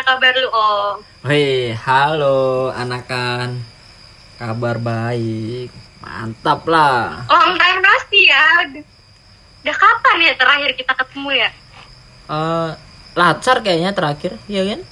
kabar lu, Om? Hei, halo anakan. Kabar baik. Mantap lah. Long time no see ya. Udah kapan ya terakhir kita ketemu ya? Lacar kayaknya terakhir, iya kan?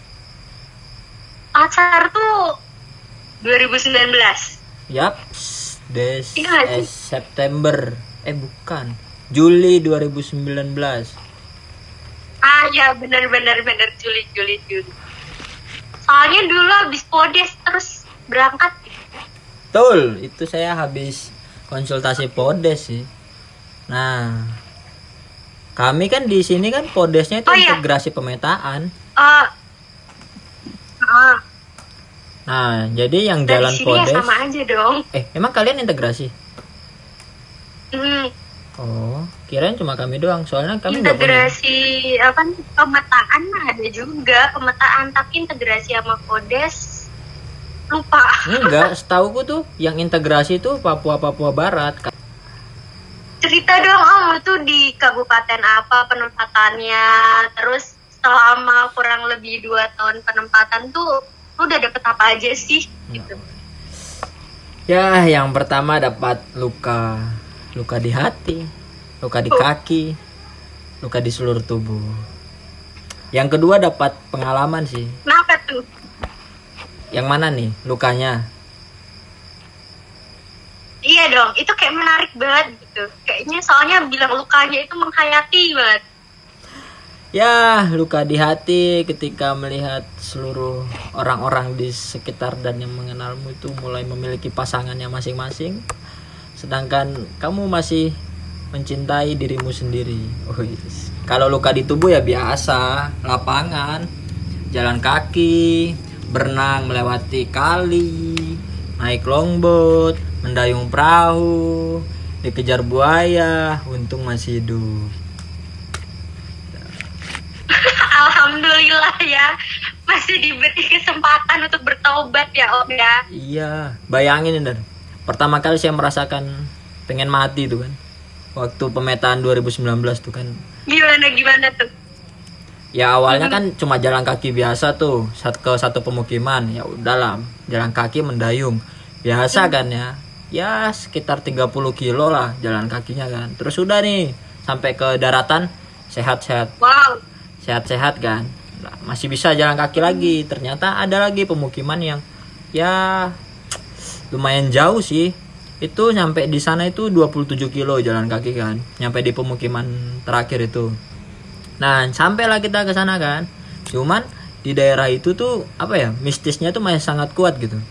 Acar tuh 2019. Yap. Iya. September. Bukan. Juli 2019. Ah ya, bener Juli. Soalnya dulu habis podes terus berangkat. Betul, itu saya habis konsultasi podes sih. Nah, kami kan di sini kan podesnya itu integrasi pemetaan. Nah, jadi yang jalan podes. Ya sama aja dong. Emang kalian integrasi? Oh, kirain cuma kami doang. Soalnya kami integrasi apa nih, pemetaan mah ada juga pemetaan, tapi integrasi sama podes lupa. Enggak, setauku tuh yang integrasi tuh Papua Barat. Cerita dong Om, itu di kabupaten apa penempatannya, terus selama kurang lebih 2 tahun penempatan tuh lu udah dapet apa aja sih gitu. Ya, yang pertama dapat luka di hati, luka di kaki, luka di seluruh tubuh. Yang kedua dapat pengalaman sih. Kenapa tuh? Yang mana nih lukanya? Iya dong, itu kayak menarik banget gitu. Kayaknya soalnya bilang lukanya itu menghayati banget. Ya, luka di hati ketika melihat seluruh orang-orang di sekitar dan yang mengenalmu itu mulai memiliki pasangannya masing-masing, sedangkan kamu masih mencintai dirimu sendiri. Kalau luka di tubuh ya biasa, lapangan, jalan kaki, berenang melewati kali, naik longboat, mendayung perahu, dikejar buaya, untung masih hidup. Alhamdulillah ya, masih diberi kesempatan untuk bertaubat ya Om ya. Iya, bayangin Dan. Pertama kali saya merasakan pengen mati tuh kan. Waktu pemetaan 2019 tuh kan. Gimana tuh? Ya awalnya kan cuma jalan kaki biasa tuh, ke satu pemukiman. Ya udahlah, jalan kaki mendayung. Biasa kan ya. Ya sekitar 30 kilo lah jalan kakinya kan. Terus udah nih sampai ke daratan sehat-sehat. Wow. Sehat-sehat kan. Nah, masih bisa jalan kaki lagi. Ternyata ada lagi pemukiman yang ya lumayan jauh sih. Itu nyampe di sana itu 27 kilo jalan kaki kan. Nyampe di pemukiman terakhir itu. Nah, sampailah kita ke sana kan. Cuman di daerah itu tuh apa ya? Mistisnya tuh masih sangat kuat gitu.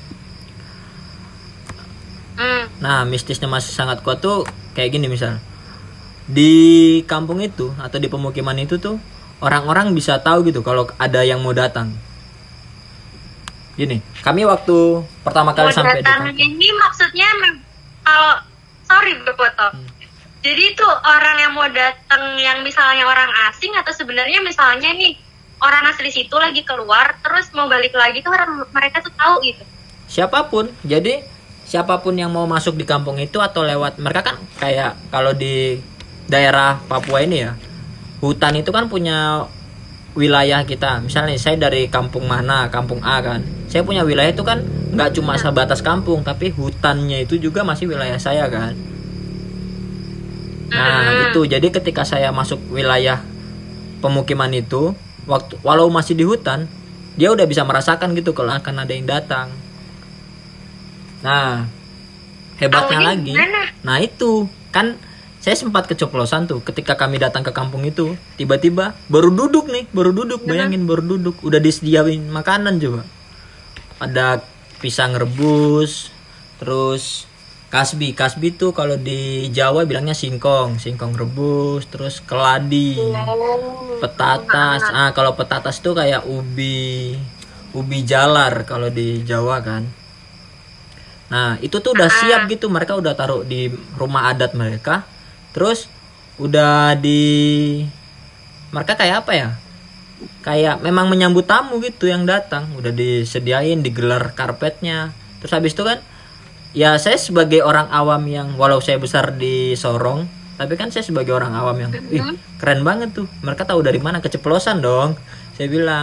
Nah, mistisnya masih sangat kuat tuh kayak gini misal. Di kampung itu atau di pemukiman itu tuh orang-orang bisa tahu gitu kalau ada yang mau datang. Gini, kami waktu pertama kali sampai di kampung. Ini maksudnya kalau sorry berpotong. Jadi itu orang yang mau datang yang misalnya orang asing atau sebenarnya misalnya nih orang asli situ lagi keluar terus mau balik lagi tuh orang mereka tuh tahu gitu. Siapapun. Jadi siapapun yang mau masuk di kampung itu atau lewat, mereka kan kayak kalau di daerah Papua ini ya, hutan itu kan punya wilayah kita. Misalnya saya dari kampung mana, kampung A kan, saya punya wilayah itu kan nggak cuma sebatas kampung, tapi hutannya itu juga masih wilayah saya kan. Nah itu jadi ketika saya masuk wilayah pemukiman itu, walau masih di hutan, dia udah bisa merasakan gitu kalau akan ada yang datang. Nah hebatnya lagi, nah itu kan saya sempat keceplosan tuh ketika kami datang ke kampung itu. Tiba-tiba baru duduk, bayangin baru duduk udah disediain makanan coba. Ada pisang rebus, terus kasbi tuh kalau di Jawa bilangnya singkong rebus, terus keladi, petatas. Kalau petatas tuh kayak ubi jalar kalau di Jawa kan. Nah itu tuh udah siap gitu, mereka udah taruh di rumah adat mereka. Terus udah mereka kayak apa ya, kayak memang menyambut tamu gitu yang datang. Udah disediain, digelar karpetnya. Terus habis itu kan ya saya sebagai orang awam yang walau saya besar di Sorong, tapi kan saya sebagai orang awam yang keren banget tuh, mereka tahu dari mana, keceplosan dong. Saya bilang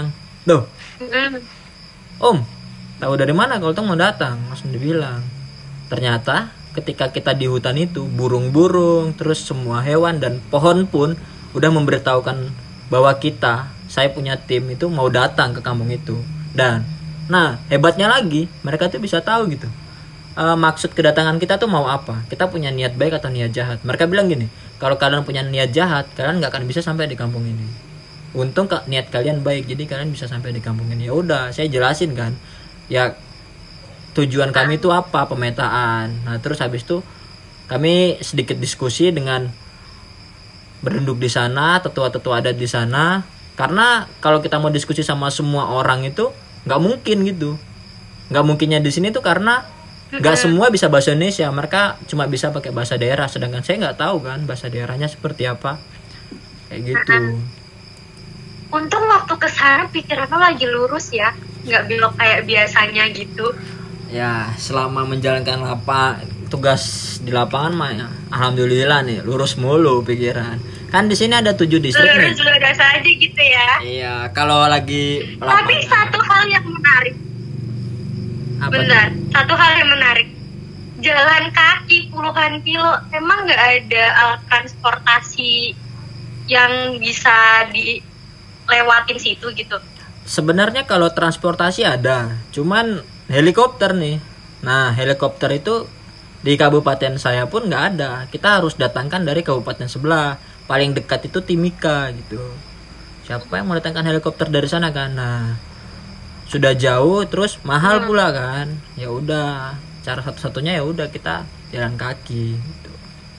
Duh, Om, tahu dari mana kalau Tong mau datang? Langsung dibilang. Ternyata ketika kita di hutan itu, burung-burung, terus semua hewan dan pohon pun udah memberitahukan bahwa saya punya tim itu mau datang ke kampung itu. Dan, nah hebatnya lagi, mereka tuh bisa tahu gitu. Maksud kedatangan kita tuh mau apa? Kita punya niat baik atau niat jahat? Mereka bilang gini, kalau kalian punya niat jahat, kalian nggak akan bisa sampai di kampung ini. Untung niat kalian baik, jadi kalian bisa sampai di kampung ini. Ya udah, saya jelasin kan. Ya tujuan kami itu apa, pemetaan. Nah terus habis itu kami sedikit diskusi dengan berduduk di sana, tetua-tetua adat di sana. Karena kalau kita mau diskusi sama semua orang itu nggak mungkin gitu. Nggak mungkinnya di sini tuh karena nggak semua bisa bahasa Indonesia. Mereka cuma bisa pakai bahasa daerah, sedangkan saya nggak tahu kan bahasa daerahnya seperti apa. Kayak gitu. Untung waktu kesana pikirannya lagi lurus ya, nggak belok kayak biasanya gitu. Ya selama menjalankan tugas di lapangan mah ya, alhamdulillah nih lurus mulu pikiran. Kan di sini ada 7 distrik nih. Lurus aja gitu ya. Iya, kalau lagi lapangan. Tapi satu hal yang menarik. Apa benar, itu? satu hal yang menarik. Jalan kaki puluhan kilo, emang nggak ada alat transportasi yang bisa dilewatin situ gitu. Sebenarnya kalau transportasi ada, cuman helikopter nih. Nah, helikopter itu di kabupaten saya pun nggak ada. Kita harus datangkan dari kabupaten sebelah. Paling dekat itu Timika gitu. Siapa yang mau datangkan helikopter dari sana kan? Nah, sudah jauh terus mahal pula kan. Ya udah, cara satu-satunya ya udah kita jalan kaki gitu.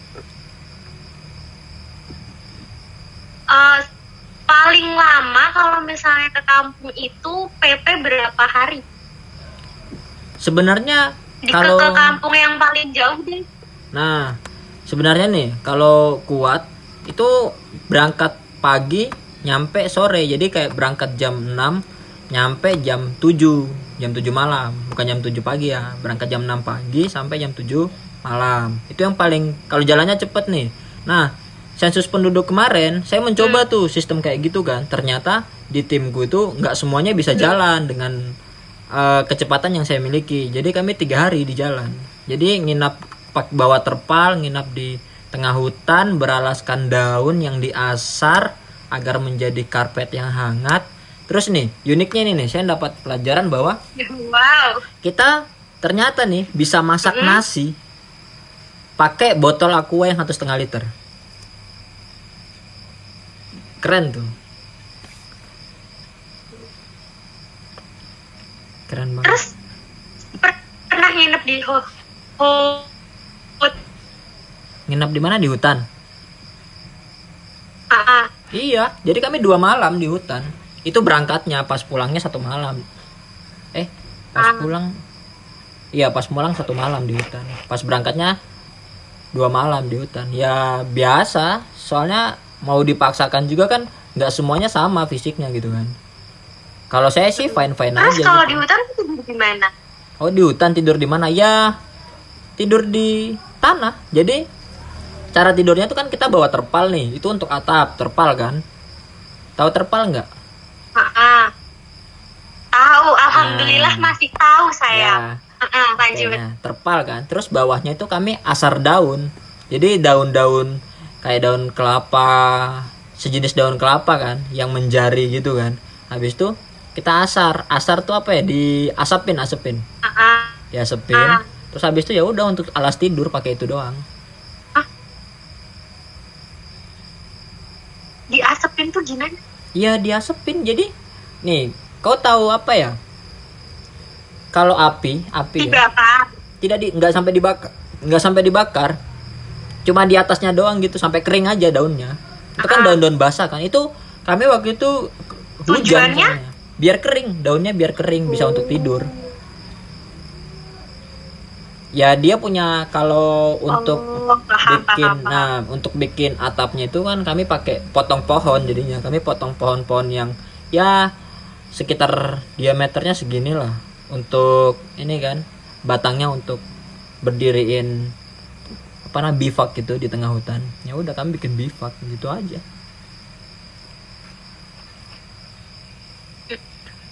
Paling lama kalau misalnya ke kampung itu PP berapa hari? Sebenarnya ke kalau kampung yang paling jauh deh. Nah, sebenarnya nih kalau kuat itu berangkat pagi nyampe sore. Jadi kayak berangkat jam 6 nyampe jam 7 malam, bukan jam 7 pagi ya. Berangkat jam 6 pagi sampai jam 7 malam. Itu yang paling kalau jalannya cepet nih. Nah, sensus penduduk kemarin saya mencoba tuh sistem kayak gitu kan. Ternyata di timku itu nggak semuanya bisa jalan dengan kecepatan yang saya miliki. Jadi kami 3 hari di jalan. Jadi nginap bawa terpal, nginap di tengah hutan, beralaskan daun yang diasar agar menjadi karpet yang hangat. Terus nih, uniknya nih saya dapat pelajaran bahwa kita ternyata nih bisa masak nasi pakai botol aqua yang 1,5 liter. Keren tuh. Keren banget. Terus pernah nginep di Nginep di mana? Di hutan. Iya, jadi kami 2 malam di hutan. Itu berangkatnya, pas pulangnya 1 malam. Pas pulang. Iya, pas pulang 1 malam di hutan. Pas berangkatnya 2 malam di hutan. Ya biasa, soalnya mau dipaksakan juga kan nggak semuanya sama fisiknya gitu kan. Kalau saya sih fine aja. Terus kalau gitu. di hutan tidur di mana? Oh, di hutan tidur di mana? Ya tidur di tanah. Jadi cara tidurnya tuh kan kita bawa terpal nih. Itu untuk atap, terpal kan. Tahu terpal nggak? Tahu, alhamdulillah masih tahu saya. Lanjut. Terpal kan. Terus bawahnya itu kami asar daun. Jadi daun-daun kayak daun kelapa, sejenis daun kelapa kan, yang menjari gitu kan. Habis itu kita asar tuh apa ya, diasapin diasepin. Terus habis itu ya udah untuk alas tidur pakai itu doang. Diasepin tuh gimana? Iya, diasepin. Jadi nih, kau tahu apa ya, kalau api dibakar. Nggak sampai dibakar, cuma di atasnya doang gitu sampai kering aja daunnya. Itu kan daun-daun basah kan. Itu kami waktu itu hujan kan, biar kering daunnya, biar kering bisa untuk tidur. Ya dia punya kalau untuk untuk bikin atapnya itu kan kami pakai potong pohon. Jadinya kami potong pohon-pohon yang ya sekitar diameternya segini lah, untuk ini kan batangnya untuk berdiriin bivak gitu di tengah hutan. Ya udah kami bikin bivak gitu aja.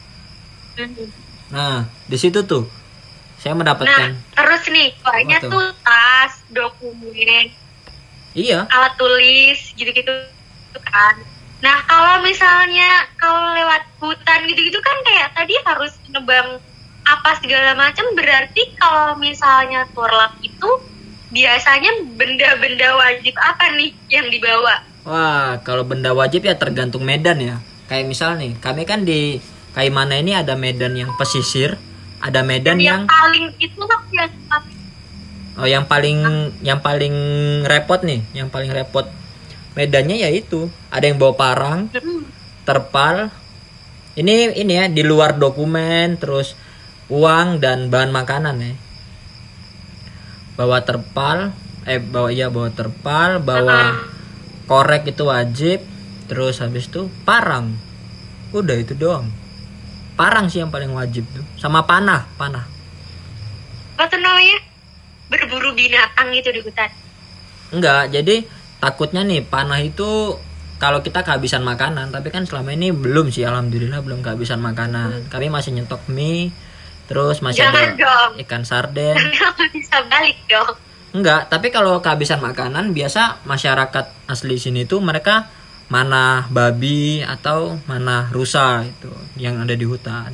Nah, di situ tuh saya mendapatkan. Nah, terus nih, banyak tuh tas, dokumen, iya, alat tulis, gitu-gitu kan. Nah, kalau misalnya kalau lewat hutan gitu-gitu kan kayak tadi harus nebang apa segala macam, berarti kalau misalnya turlap itu biasanya benda-benda wajib apa nih yang dibawa? Wah, kalau benda wajib ya tergantung medan ya. Kayak misal nih, kami kan di Kaimana ini ada medan yang pesisir, ada medan yang paling itu yang oh yang paling repot nih, yang paling repot medannya yaitu ada yang bawa parang, terpal. Ini ya di luar dokumen, terus uang dan bahan makanan ya. Bawa terpal, bawa terpal, bawa korek itu wajib, terus habis itu parang. Udah itu doang. Parang sih yang paling wajib tuh, sama panah. Apa tuh namanya? Berburu binatang gitu di hutan. Enggak, jadi takutnya nih panah itu kalau kita kehabisan makanan, tapi kan selama ini belum sih, alhamdulillah belum kehabisan makanan. Kami masih nyetok mie, terus masih ada ikan sarden. Bisa balik dong. Enggak, tapi kalau kehabisan makanan biasa masyarakat asli sini tuh mereka manah babi atau manah rusa itu yang ada di hutan.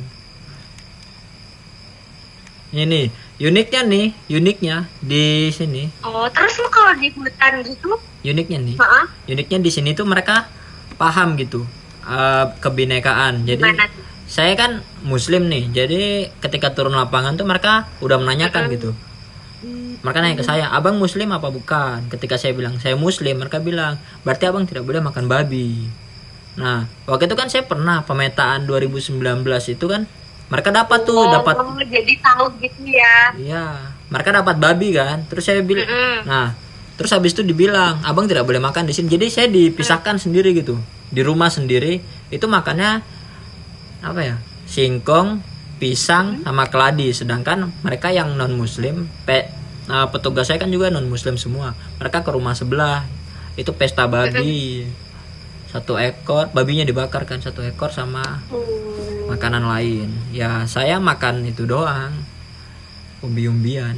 Ini uniknya di sini. Oh, terus lu kalau di hutan gitu? Uniknya di sini tuh mereka paham gitu kebinekaan. Jadi saya kan Muslim nih, jadi ketika turun lapangan tuh mereka udah menanyakan gitu. Mereka nanya ke saya, abang Muslim apa bukan? Ketika saya bilang saya Muslim, mereka bilang berarti abang tidak boleh makan babi. Nah, waktu itu kan saya pernah pemetaan 2019 itu kan mereka dapat jadi tahu gitu ya. Iya, mereka dapat babi kan. Terus saya bilang, nah, terus habis itu dibilang abang tidak boleh makan di sini. Jadi saya dipisahkan sendiri gitu. Di rumah sendiri itu makannya apa ya? Singkong, pisang sama keladi. Sedangkan mereka yang non Muslim, petugas saya kan juga non Muslim semua. Mereka ke rumah sebelah itu pesta babi, 1 ekor babinya dibakar kan, 1 ekor sama makanan lain. Ya saya makan itu doang, umbi-umbian.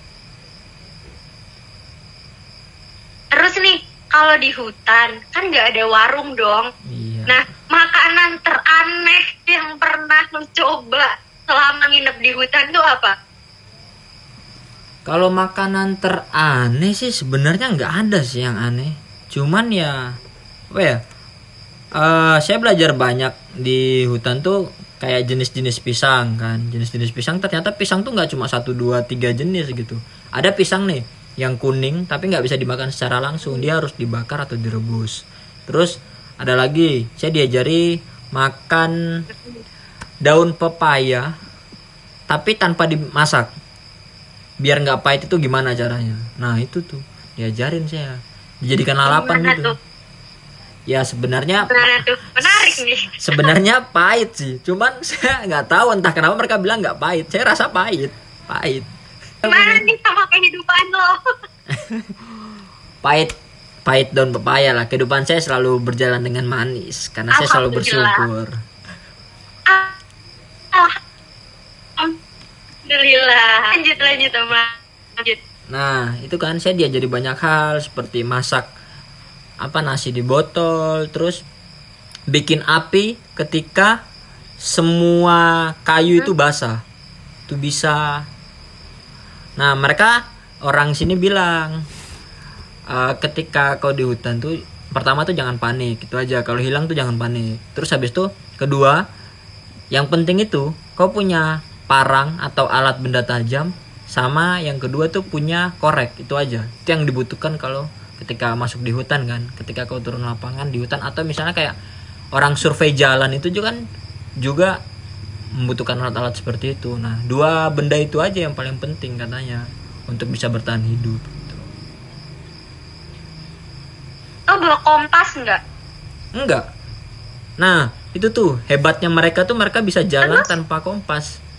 Terus nih kalau di hutan kan nggak ada warung dong. Iya. Nah, makanan teraneh yang pernah lo coba selama nginep di hutan tuh apa? Kalau makanan teraneh sih sebenarnya nggak ada sih yang aneh. Cuman ya, saya belajar banyak di hutan tuh kayak jenis-jenis pisang kan. Jenis-jenis pisang ternyata pisang tuh nggak cuma 1, 2, 3 jenis gitu. Ada pisang nih yang kuning tapi nggak bisa dimakan secara langsung, dia harus dibakar atau direbus. Terus ada lagi saya diajari makan daun pepaya tapi tanpa dimasak. Biar nggak pahit itu gimana caranya? Nah itu tuh diajarin saya, dijadikan lalapan gitu. Tuh? Ya sebenarnya menarik nih. Sebenarnya pahit sih, cuman saya nggak tahu entah kenapa mereka bilang nggak pahit. Saya rasa pahit. Gimana nih sama kehidupan lo? pahit daun pepaya lah. Kehidupan saya selalu berjalan dengan manis karena saya selalu bersyukur. Alhamdulillah. Lanjut. Nah, itu kan saya diajari banyak hal seperti masak nasi di botol, terus bikin api ketika semua kayu itu basah. Itu bisa. Nah, mereka orang sini bilang ketika kau di hutan tuh pertama tuh jangan panik, itu aja. Kalau hilang tuh jangan panik. Terus habis itu kedua, yang penting itu kau punya parang atau alat benda tajam, sama yang kedua tuh punya korek. Itu aja, itu yang dibutuhkan kalau ketika masuk di hutan kan. Ketika kau turun lapangan di hutan atau misalnya kayak orang survei jalan itu juga membutuhkan alat-alat seperti itu. Nah 2 benda itu aja yang paling penting katanya untuk bisa bertahan hidup gitu. Oh, bawa kompas enggak? Nah itu tuh hebatnya mereka tuh, mereka bisa jalan tanpa kompas.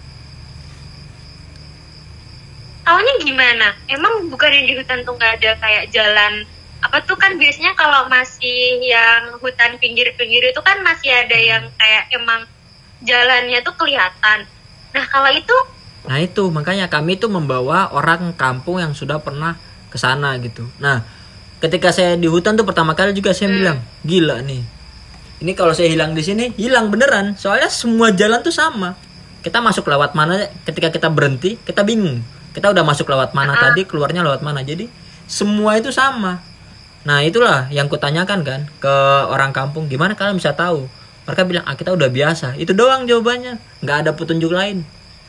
Taunya gimana? Emang bukan yang di hutan tuh nggak ada kayak jalan apa tuh kan biasanya kalau masih yang hutan pinggir-pinggir itu kan masih ada yang kayak emang jalannya tuh kelihatan. Nah kalau itu makanya kami tuh membawa orang kampung yang sudah pernah ke sana gitu. Nah ketika saya di hutan tuh pertama kali juga saya bilang, gila nih, ini kalau saya hilang di sini hilang beneran, soalnya semua jalan tuh sama. Kita masuk lewat mana, ketika kita berhenti kita bingung, kita udah masuk lewat mana tadi, keluarnya lewat mana, jadi semua itu sama. Nah itulah yang kutanyakan kan ke orang kampung, gimana kalian bisa tahu? Mereka bilang, kita udah biasa. Itu doang jawabannya, nggak ada petunjuk lain.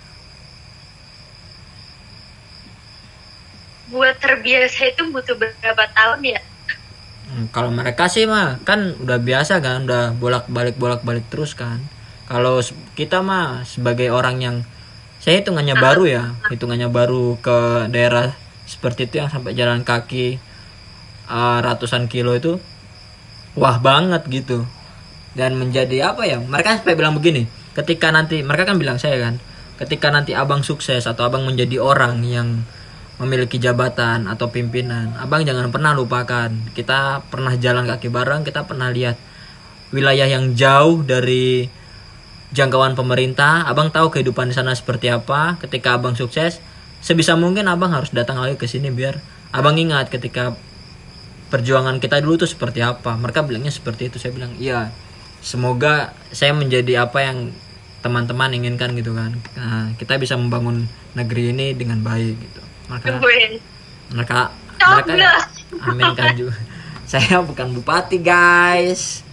Buat terbiasa itu butuh berapa tahun ya? Kalau mereka sih mah kan udah biasa kan, udah bolak-balik terus kan. Kalau kita mah sebagai orang yang saya hitungannya baru ke daerah seperti itu yang sampai jalan kaki ratusan kilo itu, wah banget gitu. Dan menjadi apa ya? Mereka sampai bilang begini, ketika nanti mereka kan bilang saya kan, ketika nanti abang sukses atau abang menjadi orang yang memiliki jabatan atau pimpinan, abang jangan pernah lupakan kita pernah jalan kaki bareng, kita pernah lihat wilayah yang jauh dari jangkauan pemerintah, abang tahu kehidupan di sana seperti apa. Ketika abang sukses, sebisa mungkin abang harus datang lagi ke sini biar abang ingat ketika perjuangan kita dulu tuh seperti apa. Mereka bilangnya seperti itu. Saya bilang iya, semoga saya menjadi apa yang teman-teman inginkan gitu kan. Nah, kita bisa membangun negeri ini dengan baik gitu. Mereka amin kan juga. Saya bukan bupati guys.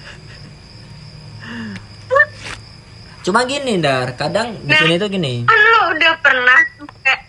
Cuma gini Dar, kadang di sini tuh gini. Kan lo udah pernah kayak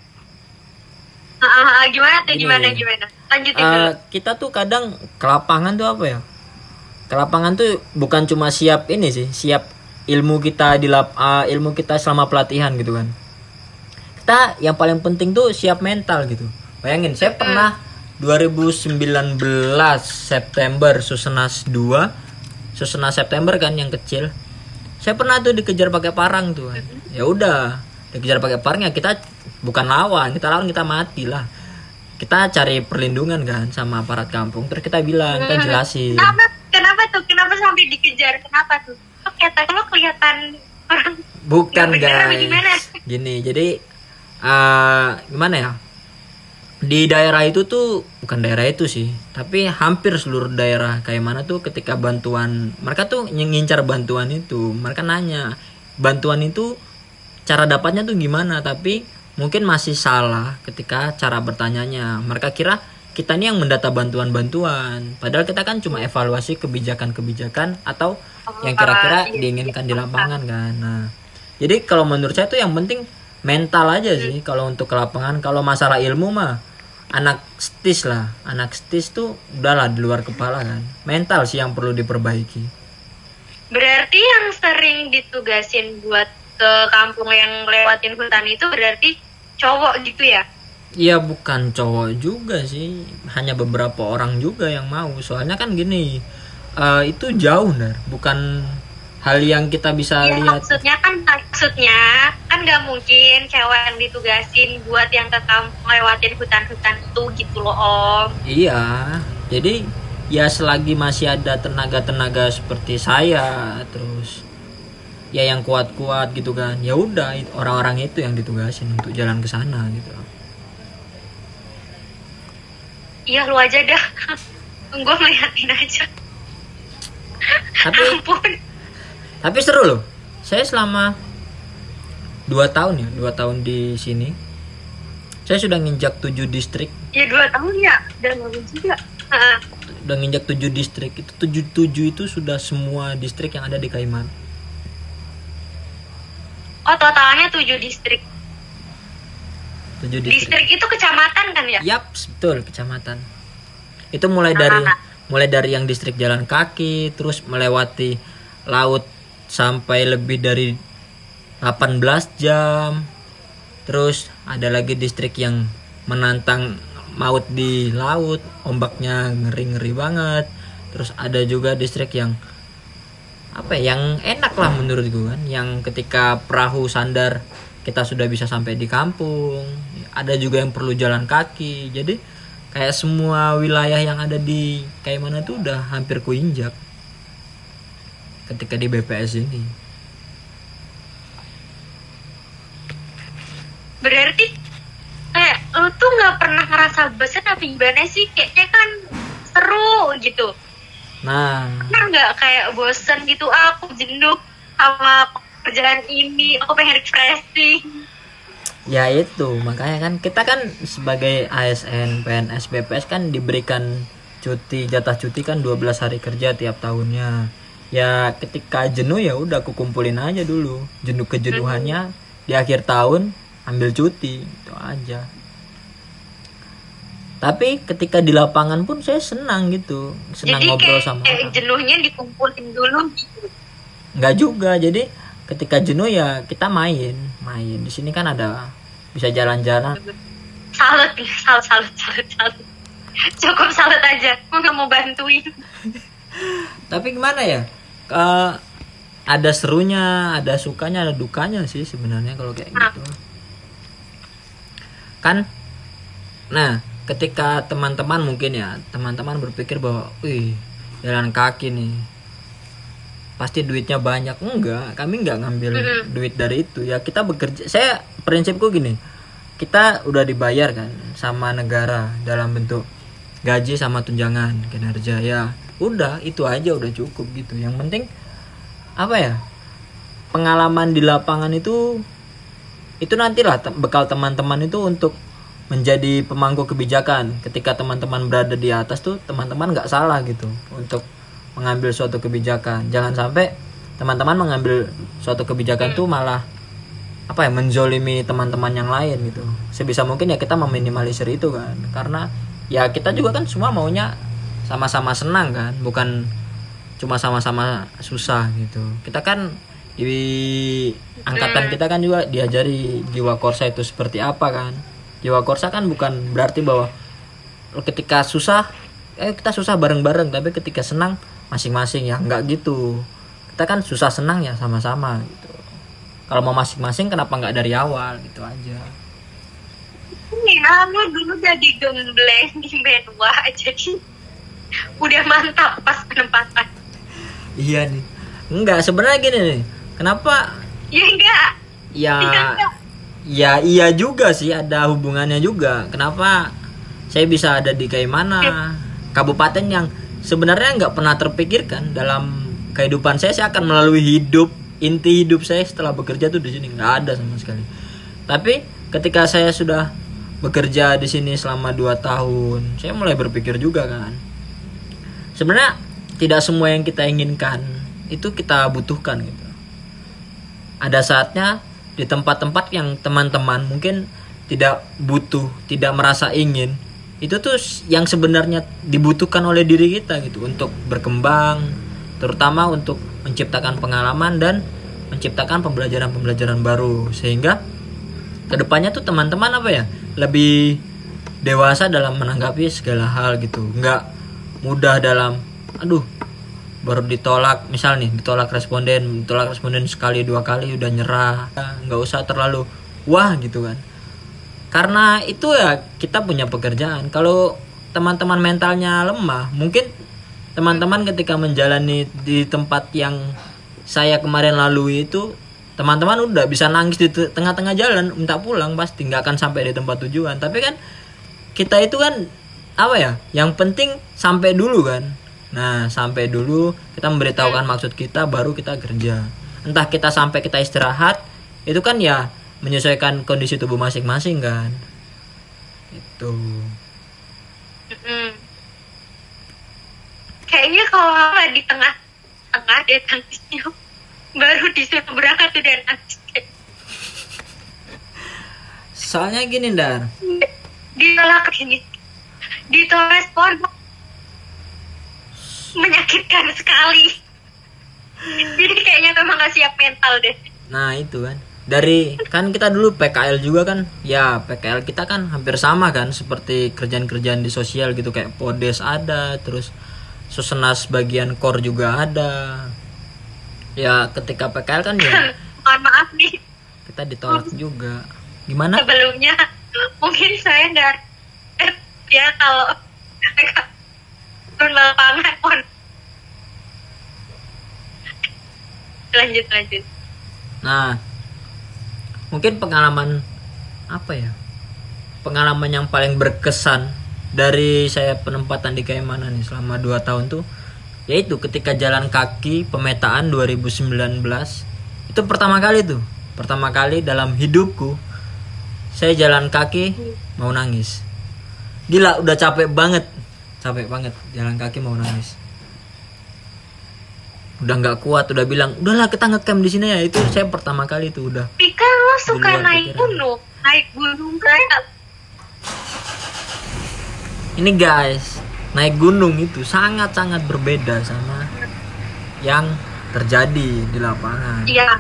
gimana? Lanjutin dulu. Kita tuh kadang ke lapangan tuh apa ya? Ke lapangan tuh bukan cuma siap ini sih, siap ilmu kita ilmu kita selama pelatihan gitu kan. Kita yang paling penting tuh siap mental gitu. Bayangin, saya pernah 2019 September Susenas 2, Susenas September kan yang kecil. Saya pernah tuh dikejar pakai parang tuh. Ya udah, dikejar pakai parang ya kita bukan lawan, kita mati lah. Kita cari perlindungan kan sama aparat kampung. Terus kita bilang, kita jelasin. Kenapa sampai dikejar? Kenapa tuh? Lo kelihatan orang. Bukan guys. Gini, jadi gimana ya, di daerah itu tuh, bukan daerah itu sih, tapi hampir seluruh daerah kayak mana tuh ketika bantuan, mereka tuh ngincar bantuan itu, mereka nanya bantuan itu cara dapatnya tuh gimana, tapi mungkin masih salah ketika cara bertanyanya. Mereka kira kita nih yang mendata bantuan-bantuan, padahal kita kan cuma evaluasi kebijakan-kebijakan atau yang kira-kira diinginkan di lapangan kan. Nah, jadi kalau menurut saya tuh yang penting mental aja sih kalau untuk ke lapangan. Kalau masalah ilmu mah anak stis tuh udahlah di luar kepala kan. Mental sih yang perlu diperbaiki. Berarti yang sering ditugasin buat ke kampung yang lewatin hutan itu berarti cowok gitu ya? Iya, bukan cowok juga sih, hanya beberapa orang juga yang mau. Soalnya kan gini, itu jauh bukan hal yang kita bisa lihat. Maksudnya kan nggak mungkin cewek yang ditugasin buat yang ke kampung lewatin hutan-hutan itu gitu loh Om. Iya, jadi ya selagi masih ada tenaga-tenaga seperti saya, terus ya yang kuat-kuat gitu kan, ya udah orang-orang itu yang ditugasin untuk jalan ke sana gitu. Iya, lu aja dah. Gue ngeliatin aja. Tapi seru loh. Saya selama 2 tahun di sini. Saya sudah nginjak 7 distrik. Ya 2 tahun ya, dan bagus juga. Udah nginjak 7 distrik. Itu 7 itu sudah semua distrik yang ada di Kalimantan. Oh, totalnya 7 distrik. 7 distrik itu kecamatan kan ya? Yap, betul, kecamatan. Itu mulai dari yang distrik jalan kaki, terus melewati laut sampai lebih dari 18 jam. Terus ada lagi distrik yang menantang maut di laut, ombaknya ngeri-ngeri banget. Terus ada juga distrik yang yang enak lah menurut gue kan, yang ketika perahu sandar kita sudah bisa sampai di kampung. Ada juga yang perlu jalan kaki. Jadi kayak semua wilayah yang ada di kayak mana tuh udah hampir kuinjak ketika di BPS ini. ngerasa bosan apa gimana sih? Kayaknya kan seru gitu. Nah, Nggak kayak bosan gitu, aku jenuh sama pekerjaan ini, aku pengen refreshing. ya itu makanya kan kita kan sebagai ASN, PNS, BPS kan diberikan jatah cuti kan 12 hari kerja tiap tahunnya. Ya ketika jenuh ya udah aku kumpulin aja dulu kejenuhannya di akhir tahun, ambil cuti itu aja. Tapi ketika di lapangan pun saya senang gitu, senang jadi ngobrol sama orang. Jenuhnya dikumpulin dulu gitu. Enggak juga, jadi ketika jenuh ya kita main. Di sini kan ada bisa jalan-jalan. Salut. Cukup salut aja, gue nggak mau bantuin. Tapi gimana ya? Ada serunya, ada sukanya, ada dukanya sih sebenarnya kalau kayak gitu. Kan, nah ketika teman-teman mungkin ya, teman-teman berpikir bahwa, wih jalan kaki nih, pasti duitnya banyak. Enggak, kami enggak ngambil duit dari itu. Ya kita bekerja. Saya prinsipku gini, kita udah dibayar kan sama negara dalam bentuk gaji sama tunjangan kinerja. Ya udah itu aja udah cukup gitu. Yang penting apa ya, pengalaman di lapangan itu nantilah bekal teman-teman itu untuk menjadi pemangku kebijakan. Ketika teman-teman berada di atas tuh teman-teman nggak salah gitu untuk mengambil suatu kebijakan. Jangan sampai teman-teman mengambil suatu kebijakan tuh malah apa ya, menzolimi teman-teman yang lain gitu. Sebisa mungkin ya kita meminimalisir itu kan, karena ya kita juga kan semua maunya sama-sama senang kan, bukan cuma sama-sama susah gitu. Kita kan di angkatan kita kan juga diajari jiwa korsa itu seperti apa kan. Jiwa korsa kan bukan berarti bahwa ketika susah kita susah bareng-bareng, tapi ketika senang masing-masing, ya enggak gitu. Kita kan susah senang ya sama-sama gitu. Kalau mau masing-masing kenapa enggak dari awal gitu aja. Lu dulu jadi gembleng di Menwa, jadi udah mantap pas penempatan. Iya nih. Enggak, sebenarnya gini nih. Kenapa? Ya enggak. Ya iya juga sih, ada hubungannya juga. Kenapa saya bisa ada di kayak mana? Kabupaten yang sebenarnya nggak pernah terpikirkan dalam kehidupan saya akan melalui inti hidup saya setelah bekerja tuh di sini, nggak ada sama sekali. Tapi ketika saya sudah bekerja di sini selama 2 tahun, saya mulai berpikir juga kan. Sebenarnya tidak semua yang kita inginkan itu kita butuhkan gitu. Ada saatnya di tempat-tempat yang teman-teman mungkin tidak butuh, tidak merasa ingin, itu tuh yang sebenarnya dibutuhkan oleh diri kita gitu untuk berkembang, terutama untuk menciptakan pengalaman dan menciptakan pembelajaran baru, sehingga kedepannya tuh teman-teman apa ya, lebih dewasa dalam menanggapi segala hal gitu, nggak mudah dalam baru ditolak, misal nih ditolak responden sekali 2 kali udah nyerah. Nggak usah terlalu wah gitu kan, karena itu ya kita punya pekerjaan. Kalau teman-teman mentalnya lemah, mungkin teman-teman ketika menjalani di tempat yang saya kemarin lalui itu, teman-teman udah bisa nangis di tengah-tengah jalan minta pulang, pasti nggak akan sampai di tempat tujuan. Tapi kan kita itu kan apa ya, yang penting sampai dulu kan. Nah sampai dulu kita memberitahukan maksud kita, baru kita kerja. Entah kita sampai kita istirahat, itu kan ya menyesuaikan kondisi tubuh masing-masing kan. Itu. Kayaknya kalau di tengah dia tangisnya, baru disuruh berangkat udah nangis. Soalnya gini Dar, ditolak ini, ditolak respon menyakitkan sekali. Jadi kayaknya memang gak siap mental deh. Nah itu kan, dari kan kita dulu PKL juga kan, ya PKL kita kan hampir sama kan seperti kerjaan-kerjaan di sosial gitu, kayak Podes ada, terus Susenas bagian core juga ada. Ya ketika PKL kan ya mohon maaf nih, kita ditolak juga. Gimana? Sebelumnya mungkin saya nggak ya kalau turun lapangan. Lanjut. Nah, mungkin pengalaman apa ya? pengalaman yang paling berkesan dari saya penempatan di Kayamana nih selama 2 tahun tuh, yaitu ketika jalan kaki pemetaan 2019. Itu pertama kali dalam hidupku saya jalan kaki mau nangis. Gila, udah capek banget jalan kaki mau nangis. Udah nggak kuat, udah bilang udahlah kita ngecamp di sini ya. Itu saya pertama kali tuh udah. Pika, lo suka naik gunung kayak. Ini guys, naik gunung itu sangat-sangat berbeda sama yang terjadi di lapangan. Iya.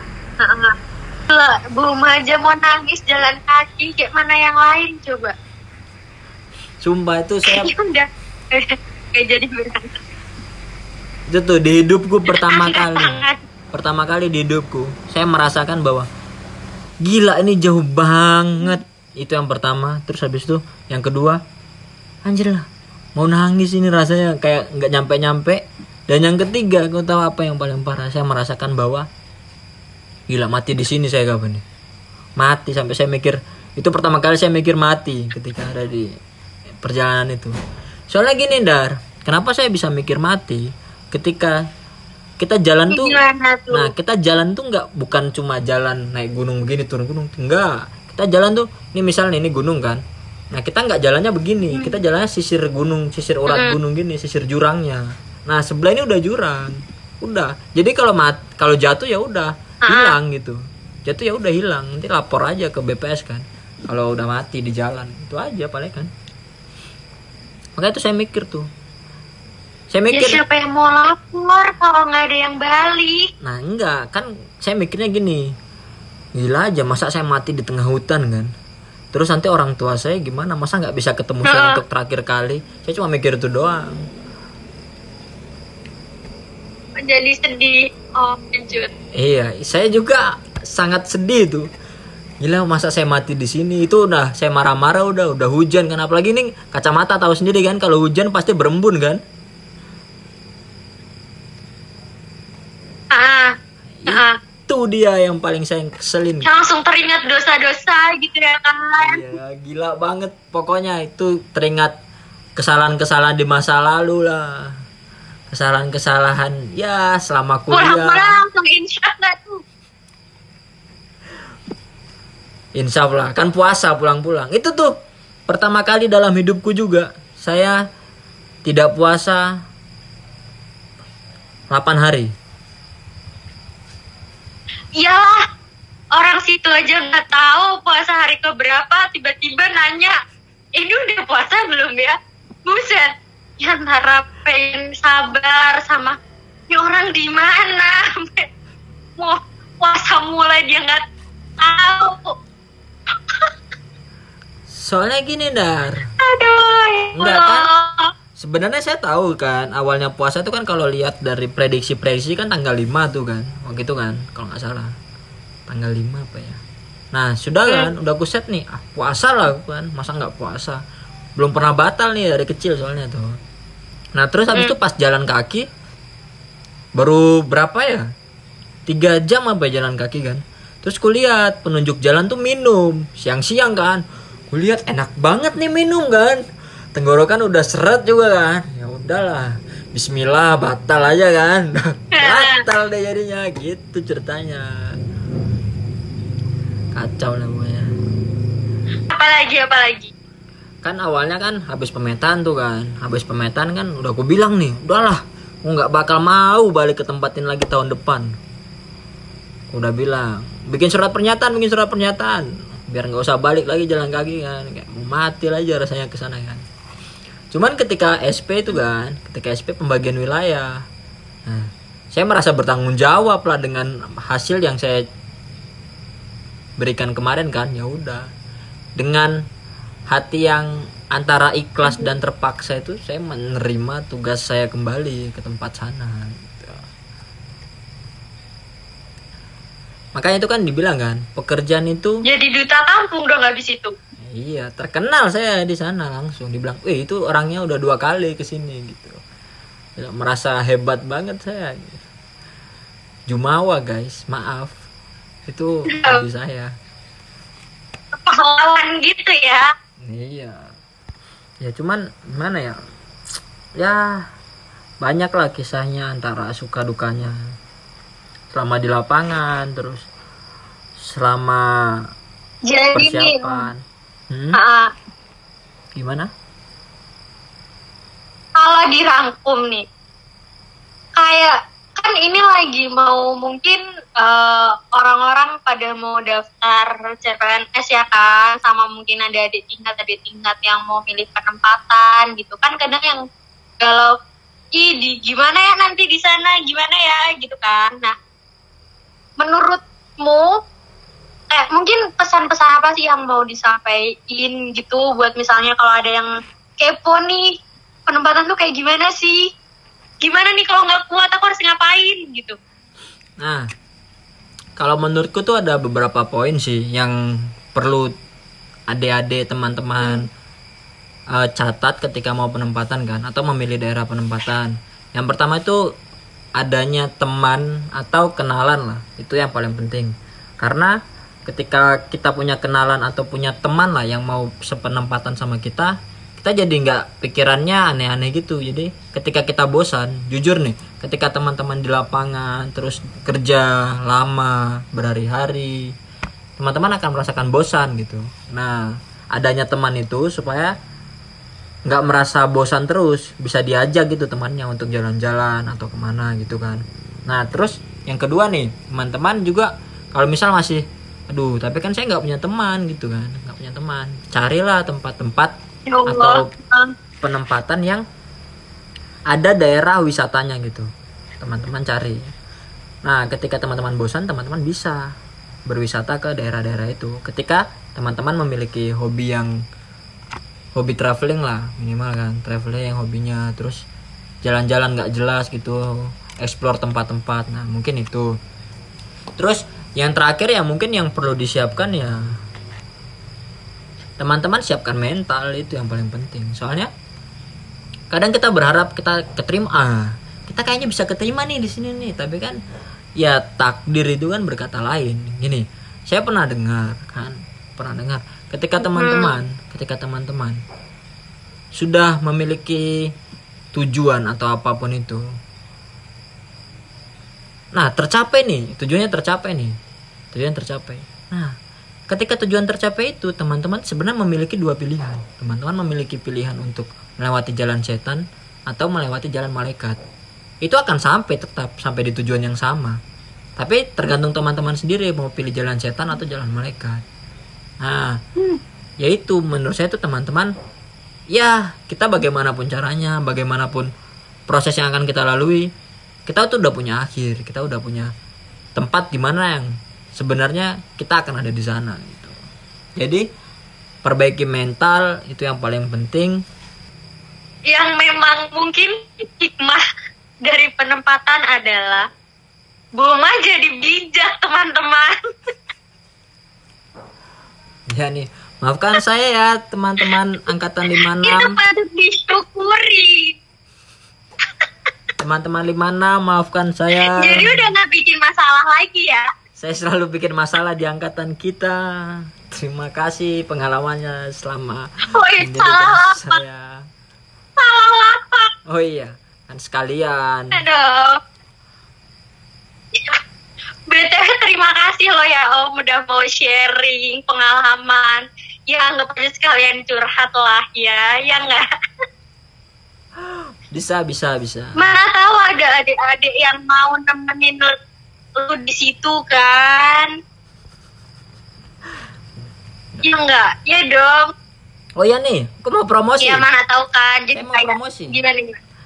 Belum aja mau nangis jalan kaki, kayak mana yang lain coba. Sumpah itu saya udah kayak jadi beneran. Itu tuh di hidupku pertama kali di hidupku saya merasakan bahwa gila ini jauh banget. Itu yang pertama. Terus habis itu yang kedua, anjir lah mau nangis ini rasanya kayak nggak nyampe. Dan yang ketiga, kau tahu apa yang paling parah? Saya merasakan bahwa gila mati di sini saya kapan nih? Mati sampai saya mikir, itu pertama kali saya mikir mati ketika ada di perjalanan itu. Soalnya gini Dar, kenapa saya bisa mikir mati? Ketika kita jalan tuh, nah kita jalan tuh bukan cuma jalan naik gunung begini turun gunung, enggak. Kita jalan tuh, ini misalnya ini gunung kan. Nah kita nggak jalannya begini, kita jalannya sisir gunung, sisir urat gunung gini, sisir jurangnya. Nah sebelah ini udah jurang, udah. Jadi kalau jatuh ya udah hilang gitu, jatuh ya udah hilang. Nanti lapor aja ke BPS kan. Kalau udah mati di jalan, itu aja paling kan. Makanya itu saya mikir tuh. Saya mikir ya siapa yang mau lapor kalau nggak ada yang balik? Nah enggak, kan saya mikirnya gini, gila aja masa saya mati di tengah hutan kan. Terus nanti orang tua saya gimana, masa nggak bisa ketemu saya untuk terakhir kali. Saya cuma mikir itu doang. Jadi sedih. Oh lanjut. Iya, saya juga sangat sedih tuh. Gila masa saya mati di sini. Itu udah saya marah-marah, udah hujan kan. Apalagi nih kacamata tahu sendiri kan, kalau hujan pasti berembun kan. Itu dia yang paling saya keselin. Langsung teringat dosa-dosa gitu ya kan. Iya gila banget. Pokoknya itu teringat kesalahan-kesalahan di masa lalu lah. Kesalahan-kesalahan ya selama kuliah. Pulang-pulang langsung insyaf gak tuh? Insya Allah kan puasa pulang-pulang. Itu tuh pertama kali dalam hidupku juga saya tidak puasa 8 hari. Iyalah, orang situ aja nggak tahu puasa hari keberapa, tiba-tiba nanya, ini udah puasa belum ya? Buset, ya antara pengen sabar sama ini orang di mana, mau puasa mulai dia nggak tahu. Soalnya gini Dar, aduh, enggak kan? Sebenarnya saya tahu kan awalnya puasa itu kan kalau lihat dari prediksi kan tanggal 5 tuh kan. Waktu itu kan kalau nggak salah. Tanggal 5 apa ya. Nah, sudah kan udah aku set nih. Puasa lah kan. Masa nggak puasa? Belum pernah batal nih dari kecil soalnya tuh. Nah, terus habis itu pas jalan kaki baru berapa ya? 3 jam apa jalan kaki kan. Terus kulihat penunjuk jalan tuh minum siang-siang kan. Kulihat enak banget nih minum kan. Tenggorokan udah seret juga kan. Ya udahlah. Bismillah batal aja kan. Batal deh jadinya gitu ceritanya. Kacau lah pokoknya. Apalagi? Kan awalnya kan habis pemetaan tuh kan. Habis pemetaan kan udah aku bilang nih, udahlah. Aku nggak bakal mau balik ke tempat ini lagi tahun depan. Aku udah bilang, bikin surat pernyataan. Biar nggak usah balik lagi jalan kaki kan. Kayak mau mati aja rasanya kesana kan. Cuman ketika SP itu kan, ketika SP pembagian wilayah, nah, saya merasa bertanggung jawab lah dengan hasil yang saya berikan kemarin kan. Ya udah, dengan hati yang antara ikhlas dan terpaksa itu saya menerima tugas saya kembali ke tempat sana. Gitu. Makanya itu kan dibilang kan, pekerjaan itu jadi duta kampung dong habis itu. Iya, terkenal saya di sana langsung dibilang, itu orangnya udah 2 kali kesini gitu. Merasa hebat banget saya. Jumawa guys, maaf. Itu hobi saya. Pahlawan gitu ya. Iya. Ya cuman gimana ya? Ya banyak lah kisahnya antara suka dukanya. Selama di lapangan, terus selama Jadi persiapan. Gimana? Kalau dirangkum nih, kayak kan ini lagi mau mungkin orang-orang pada mau daftar CPNS ya kan, sama mungkin ada adik tingkat yang mau milih penempatan gitu kan, kadang yang galau, gimana ya nanti di sana, gimana ya gitu kan. Nah, menurutmu mungkin pesan-pesan apa sih yang mau disampaikan gitu buat misalnya kalau ada yang kepo nih, penempatan tuh kayak gimana sih? Gimana nih kalau nggak kuat aku harus ngapain gitu? Nah, kalau menurutku tuh ada beberapa poin sih yang perlu adik-adik teman-teman catat ketika mau penempatan kan, atau memilih daerah penempatan. Yang pertama itu adanya teman atau kenalan lah, itu yang paling penting. Karena ketika kita punya kenalan atau punya teman lah yang mau sepenempatan sama kita jadi nggak pikirannya aneh-aneh gitu. Jadi ketika kita bosan, jujur nih, ketika teman-teman di lapangan terus kerja lama berhari-hari, teman-teman akan merasakan bosan gitu. Nah, adanya teman itu supaya nggak merasa bosan terus, bisa diajak gitu temannya untuk jalan-jalan atau kemana gitu kan. Nah, terus yang kedua nih, teman-teman juga kalau misal masih aduh tapi kan saya nggak punya teman gitu kan, nggak punya teman, carilah tempat-tempat atau penempatan yang ada daerah wisatanya gitu, teman-teman cari. Nah, ketika teman-teman bosan, teman-teman bisa berwisata ke daerah-daerah itu. Ketika teman-teman memiliki hobi traveling lah, minimal kan traveling yang hobinya, terus jalan-jalan nggak jelas gitu, explore tempat-tempat. Nah, mungkin itu. Terus yang terakhir ya mungkin yang perlu disiapkan ya teman-teman siapkan mental, itu yang paling penting. Soalnya kadang kita berharap kita keterima, kita kayaknya bisa keterima nih di sini nih, tapi kan ya takdir itu kan berkata lain. Gini, saya pernah dengar ketika teman-teman sudah memiliki tujuan atau apapun itu, nah tujuannya tercapai. Nah, ketika tujuan tercapai itu, teman-teman sebenarnya memiliki dua pilihan. Teman-teman memiliki pilihan untuk melewati jalan setan atau melewati jalan malaikat. Itu akan tetap sampai di tujuan yang sama. Tapi tergantung teman-teman sendiri mau pilih jalan setan atau jalan malaikat. Nah, yaitu menurut saya itu teman-teman, ya kita bagaimanapun caranya, bagaimanapun proses yang akan kita lalui, kita tuh udah punya akhir, kita udah punya tempat di mana yang sebenarnya kita akan ada di sana gitu. Jadi perbaiki mental, itu yang paling penting. Yang memang mungkin hikmah dari penempatan adalah belum aja bijak teman-teman. Ya nih, maafkan saya ya teman-teman angkatan 56. Itu patut disyukuri. Teman-teman 56, maafkan saya. Jadi udah nggak bikin masalah lagi ya. Saya selalu bikin masalah di angkatan kita. Terima kasih pengalamannya selama salah saya. Salah apa? Oh iya, kan sekalian. Aduh. BTW terima kasih loh ya Om udah mau sharing pengalaman. Ya nggak perlu sekalian curhat lah ya nggak? Bisa. Mana tahu ada adik-adik yang mau nemenin lu di situ kan? Ya enggak, ya dong. Oh iya nih, aku mau promosi. Ya mana tahu kan. Jadi saya mau promosi. Gimana?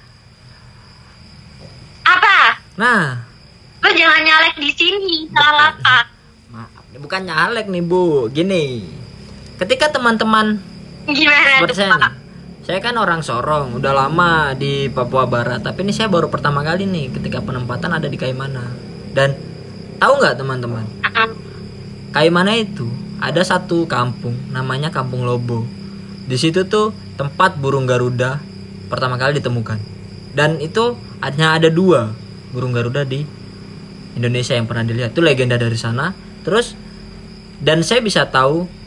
Apa? Nah, lu jangan nyalek di sini, salah apa? Maaf, bukan nyalek nih Bu. Gini, ketika teman-teman gimana tuh Pak? Saya kan orang Sorong, udah lama di Papua Barat, tapi ini saya baru pertama kali nih ketika penempatan ada di Kaimana. Dan tahu nggak teman-teman? Kaimana itu ada satu kampung namanya Kampung Lobo. Di situ tuh tempat burung Garuda pertama kali ditemukan. Dan itu hanya ada 2 burung Garuda di Indonesia yang pernah dilihat. Itu legenda dari sana. Terus dan saya bisa tahu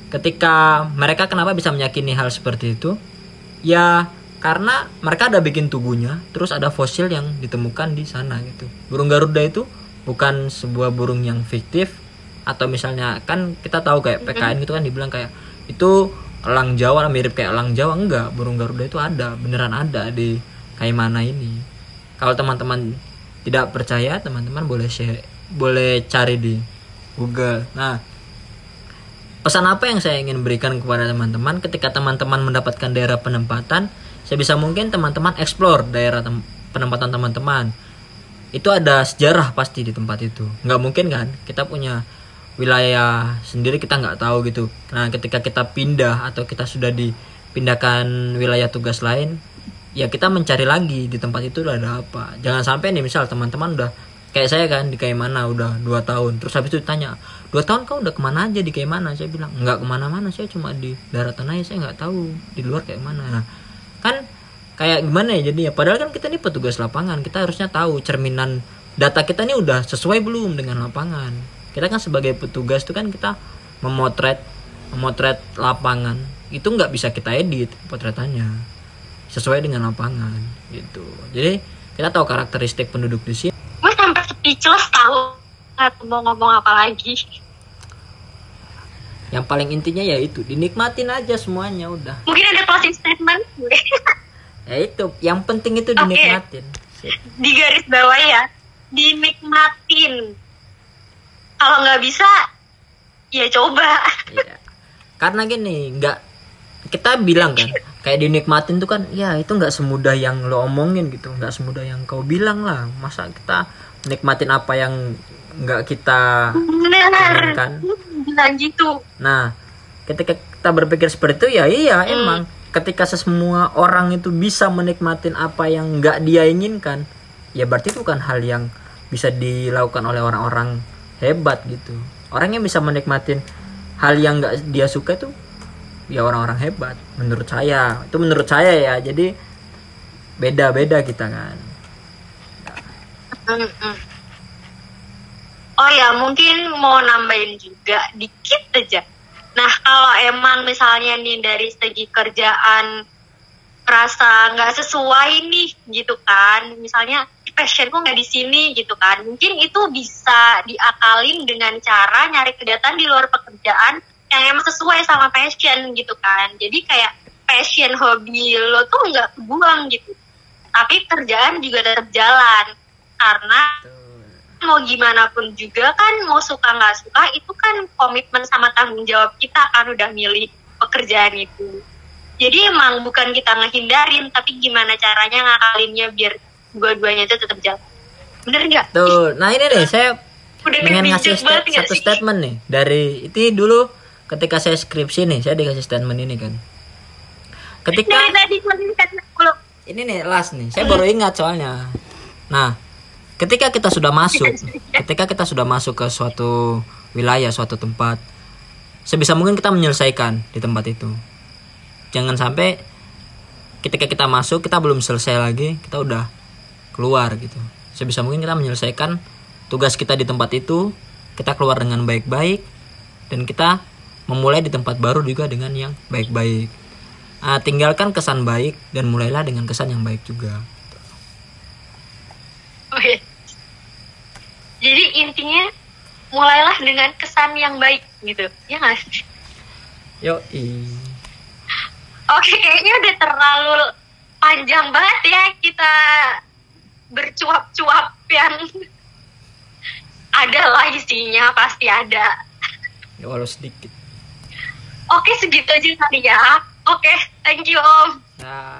ketika mereka kenapa bisa meyakini hal seperti itu, ya karena mereka ada bikin tubuhnya, terus ada fosil yang ditemukan di sana gitu. Burung Garuda itu bukan sebuah burung yang fiktif, atau misalnya kan kita tahu kayak PKN gitu kan dibilang kayak itu elang Jawa, mirip kayak elang Jawa. Enggak, burung Garuda itu ada, beneran ada di Kaimana ini. Kalau teman-teman tidak percaya, teman-teman boleh cari di Google. Nah, pesan apa yang saya ingin berikan kepada teman-teman ketika teman-teman mendapatkan daerah penempatan, sebisa mungkin teman-teman explore daerah penempatan teman-teman. Itu ada sejarah pasti di tempat itu. Nggak mungkin kan kita punya wilayah sendiri kita nggak tahu gitu. Nah, ketika kita pindah atau kita sudah dipindahkan wilayah tugas lain, ya kita mencari lagi di tempat itu ada apa. Jangan sampai nih misal teman-teman udah kayak saya kan di Kaimana udah 2 tahun, terus habis itu ditanya 2 tahun kau udah kemana aja di Kaimana? Saya bilang nggak kemana-mana, saya cuma di daratan aja, saya nggak tahu di luar kayak mana. Nah, kan kayak gimana ya jadinya, padahal kan kita ini petugas lapangan, kita harusnya tahu cerminan data kita ini udah sesuai belum dengan lapangan. Kita kan sebagai petugas itu kan kita memotret lapangan, itu nggak bisa kita edit potretannya, sesuai dengan lapangan gitu. Jadi kita tahu karakteristik penduduk di sini. Gue sampai speechless tahu mau ngomong apa lagi. Yang paling intinya ya itu dinikmatin aja semuanya udah. Mungkin ada closing statement. Ya itu, yang penting itu dinikmatin. Di garis bawah ya, dinikmatin. Kalau nggak bisa, ya coba. Iya. Karena gini, kita bilang kan, kayak dinikmatin tuh kan, ya itu nggak semudah yang lo omongin gitu, nggak semudah yang kau bilang lah. Masa kita nikmatin apa yang nggak kita inginkan? Bilang gitu. Nah, ketika kita berpikir seperti itu, ya iya emang. Ketika semua orang itu bisa menikmatin apa yang nggak dia inginkan, ya berarti itu bukan hal yang bisa dilakukan oleh orang-orang hebat gitu. Orang yang bisa menikmatin hal yang nggak dia suka itu ya orang-orang hebat menurut saya. Itu menurut saya ya. Jadi beda-beda kita kan. Oh ya, mungkin mau nambahin juga dikit aja. Nah, kalau emang misalnya nih dari segi kerjaan rasa nggak sesuai nih gitu kan, misalnya passionku nggak di sini gitu kan, mungkin itu bisa diakalin dengan cara nyari kegiatan di luar pekerjaan yang emang sesuai sama passion gitu kan. Jadi kayak passion hobi lo tuh nggak kebuang gitu, tapi kerjaan juga tetap jalan, karena mau gimana pun juga kan, mau suka nggak suka itu kan komitmen sama tanggung jawab kita kan udah milih pekerjaan itu. Jadi emang bukan kita ngehindarin, tapi gimana caranya ngakalinnya biar dua-duanya itu tetap jalan. Bener nggak? Tuh, nah ini nih saya pengen ngasih satu statement nih dari itu dulu ketika saya skripsi nih, saya dikasih statement ini kan. Ketika ini nih last nih, saya baru ingat soalnya. Nah, ketika kita sudah masuk ke suatu wilayah, suatu tempat, sebisa mungkin kita menyelesaikan di tempat itu. Jangan sampai ketika kita masuk kita belum selesai lagi, kita udah keluar gitu. Sebisa mungkin kita menyelesaikan tugas kita di tempat itu, kita keluar dengan baik-baik, dan kita memulai di tempat baru juga dengan yang baik-baik. Tinggalkan kesan baik dan mulailah dengan kesan yang baik juga. Oke. Jadi intinya mulailah dengan kesan yang baik gitu, ya nggak sih? Oke, kayaknya udah terlalu panjang banget ya kita bercuap-cuap yang ada lah isinya, pasti ada. Ya walau sedikit. Oke, segitu aja kali ya. Oke, thank you Om. Nah.